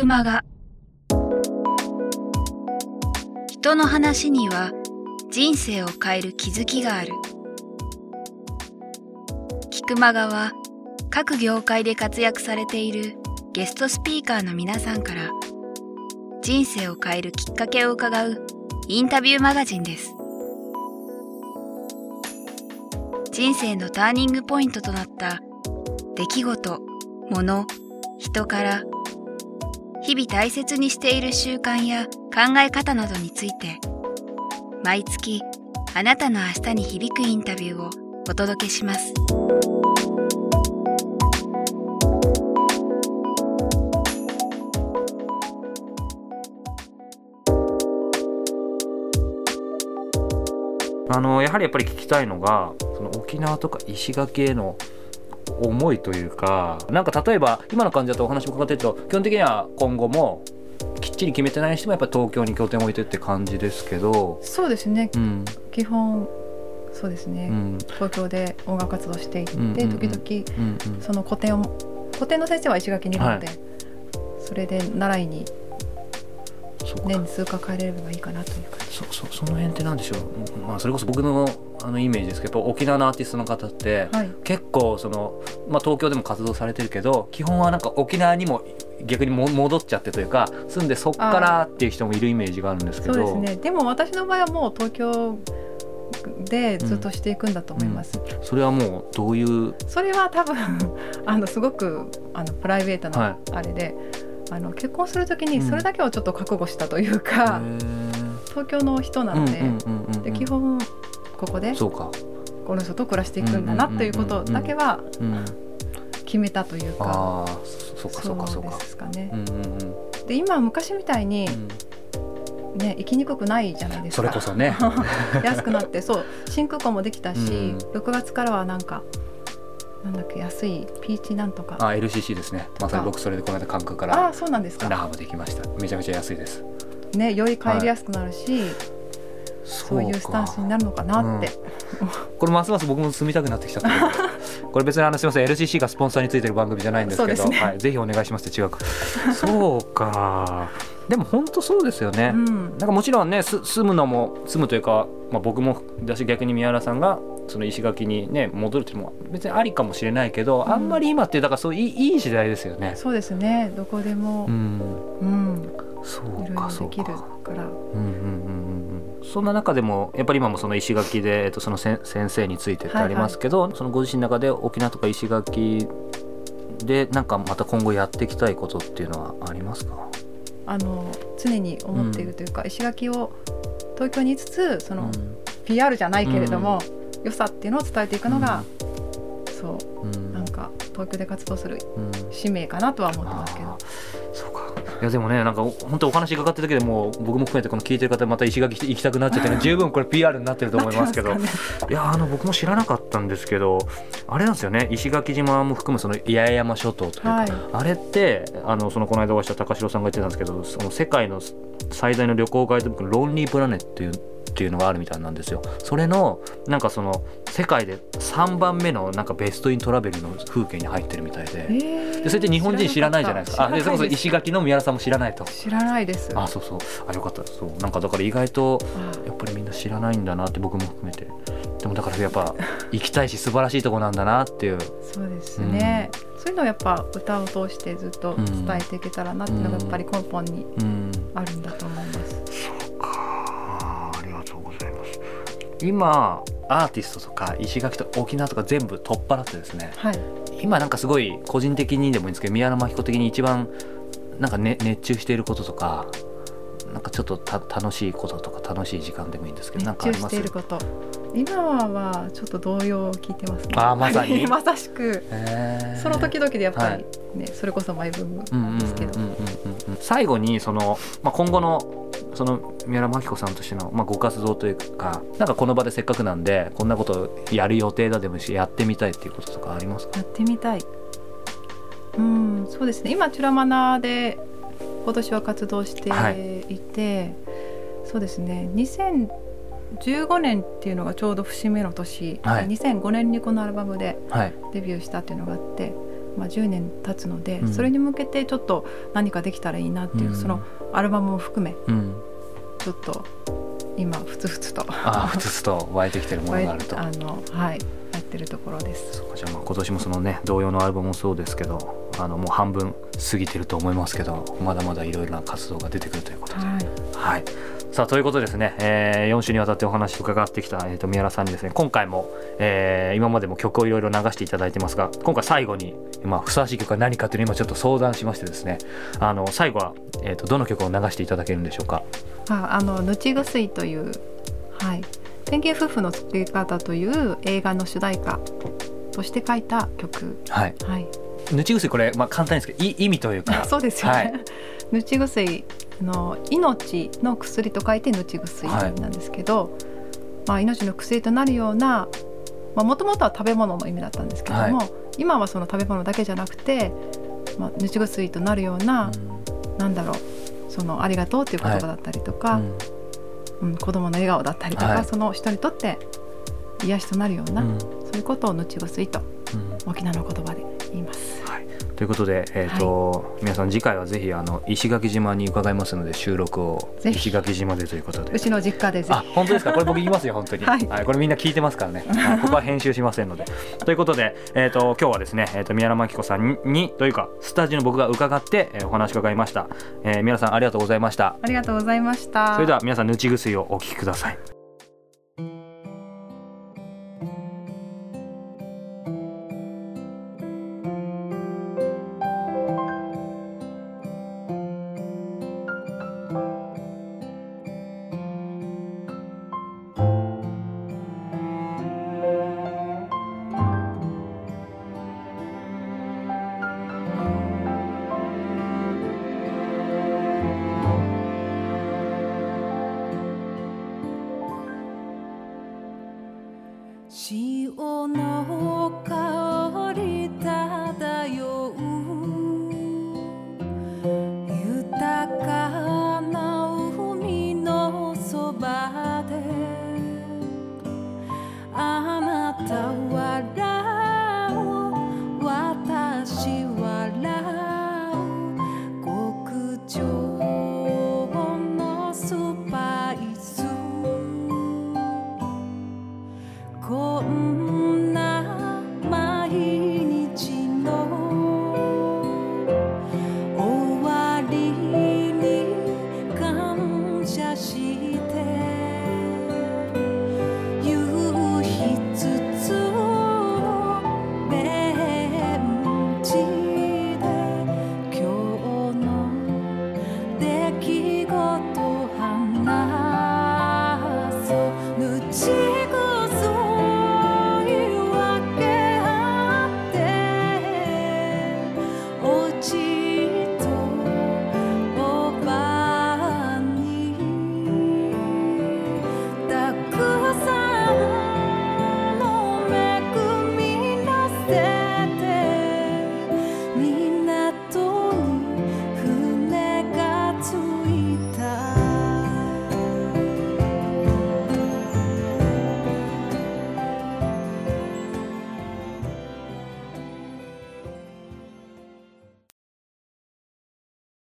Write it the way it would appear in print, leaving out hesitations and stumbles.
くまが。人の話には人生を変える気づきがある。キクマガは各業界で活躍されているゲストスピーカーの皆さんから人生を変えるきっかけを伺うインタビューマガジンです。人生のターニングポイントとなった出来事、物、人から日々大切にしている習慣や考え方などについて毎月あなたの明日に響くインタビューをお届けします。 やはり聞きたいのがその沖縄とか石垣への思いというか、なんか例えば今の感じだとお話も伺ってると基本的には今後もきっちり決めてない人もやっぱり東京に拠点を置いてって感じですけど。 そうですね、基本そうですね、東京で音楽活動していって、時々、その古典の先生は石垣にいるので、それで習いに年に数回帰れればいいかなという感じ。 その辺って何でしょう、それこそ僕のイメージですけど、沖縄のアーティストの方って、結構東京でも活動されてるけど基本はなんか沖縄にも逆に戻っちゃってというか住んでそっからっていう人もいるイメージがあるんですけど。 そうですね、でも私の場合はもう東京でずっとしていくんだと思います、 それはもうどういう。それは多分すごくプライベートなあれで、結婚するときにそれだけをちょっと覚悟したというか、東京の人なので、基本ここでこの人と暮らしていくんだなということだけは決めたというか。そうですかね。で今昔みたいに行きにくくないじゃないですか。 それこそね安くなって新空港もできたし、6月からはなんだっけ、安いピーチなんとか。 LCC ですね。まさに僕それでこの間関空からそうなんですか。 那覇もできました。めちゃめちゃ安いですね。より帰りやすくなるし、そういうスタンスになるのかなって、 これますます僕も住みたくなってきちゃったこれ別にすみません LCC がスポンサーについてる番組じゃないんですけど、ぜひお願いしますって違うかそうか。でも本当そうですよね、なんかもちろんね住むというか、僕もだし逆に宮原さんがその石垣にね戻るっていうのも別にありかもしれないけど、あんまり今ってだからそういい時代ですよね。 そうですね、どこでもそうかそうか。 いろいろできるから、 そんな中でもやっぱり今もその石垣で、その先生についてってありますけど、そのご自身の中で沖縄とか石垣でなんかまた今後やっていきたいことっていうのはありますか？ 常に思っているというか、石垣を東京にいつつPR じゃないけれども、良さっていうのを伝えていくのが、なんか東京で活動する使命かなとは思ってますけど。 そうか。いやでもね、なんか本当お話伺ってるだけでもう僕も含めてこの聞いてる方また石垣行きたくなっちゃってね十分これ PR になってると思いますけどいや僕も知らなかったんですけど、あれなんですよね、石垣島も含むその八重山諸島というか、あれってこの間お会いした高城さんが言ってたんですけど、その世界の最大の旅行ガイドブックのロンリープラネットっていうのがあるみたいなんですよ。それのなんかその世界で3番目のなんかベストイントラベルの風景に入ってるみたいで、それって日本人知らないじゃないですか。でそれこそ石垣の宮原さんも知らないと。 知らないです。 よかったです。なんかだから意外とやっぱりみんな知らないんだなって僕も含めて。でもだからやっぱ行きたいし素晴らしいとこなんだなっていう。 そうですね、そういうのをやっぱ歌を通してずっと伝えていけたらなっていうのがやっぱり根本にあるんだと思います。 そうか、ありがとうございます。今アーティストとか石垣と沖縄とか全部取っ払ってですね、今なんかすごい個人的にでもいいんですけど、宮原真紀子的に一番なんか、熱中していることとか、なんかちょっと楽しいこととか楽しい時間でもいいんですけど、なんかあります？ 熱中していること、今はちょっと動揺を聞いてますね。 まさにまさしくその時々でやっぱり、それこそマイブームなんですけど、 最後に今後のその宮原真紀子さんとしての、ご活動というか、なんかこの場でせっかくなんでこんなことをやる予定だでもいいし、やってみたいっていうこととかありますか？ やってみたい、そうですね、今チュラマナで今年は活動していて、そうですね、2015年っていうのがちょうど節目の年、2005年にこのアルバムでデビューしたっていうのがあって、 10年経つので、それに向けてちょっと何かできたらいいなっていう、そのアルバムも含め、ちょっと今ふつふつとふつふつと湧いてきてるものがあるとやってるところです。 そうか、じゃあ今年もそのね同様のアルバムもそうですけど、もう半分過ぎてると思いますけど、まだまだいろいろな活動が出てくるということで、はい、さあということですね、4週にわたってお話を伺ってきた、宮原さんにですね、今回も、今までも曲をいろいろ流していただいてますが、今回最後に、ふさわしい曲は何かというのを今ちょっと相談しましてですね、最後は、どの曲を流していただけるんでしょうか。 ぬちぐすいという、ペンギン夫婦の作り方という映画の主題歌として書いた曲。 ぬちぐすい、これ、簡単ですけど意味というかそうですよね、ぬちぐすい命の薬と書いてぬちぐすいなんですけど、命の薬となるような、もともとは食べ物の意味だったんですけども、今はその食べ物だけじゃなくて、ぬちぐすいとなるような、なんだろう、そのありがとうっていう言葉だったりとか、子供の笑顔だったりとか、その人にとって癒しとなるような、そういうことをぬちぐすいと沖縄の言葉で言います。 ということで、皆さん次回はぜひ石垣島に伺いますので、収録を石垣島でということで、 うちの実家でぜひ。 本当ですか。これ僕言いますよ本当に、これみんな聞いてますからね、ここは編集しませんのでということで、今日はですね、宮原真紀子さんにというかスタジオの僕が伺って、お話を伺いました。宮原さんありがとうございました。 ありがとうございました。 それでは皆さんぬちぐすいをお聞きください。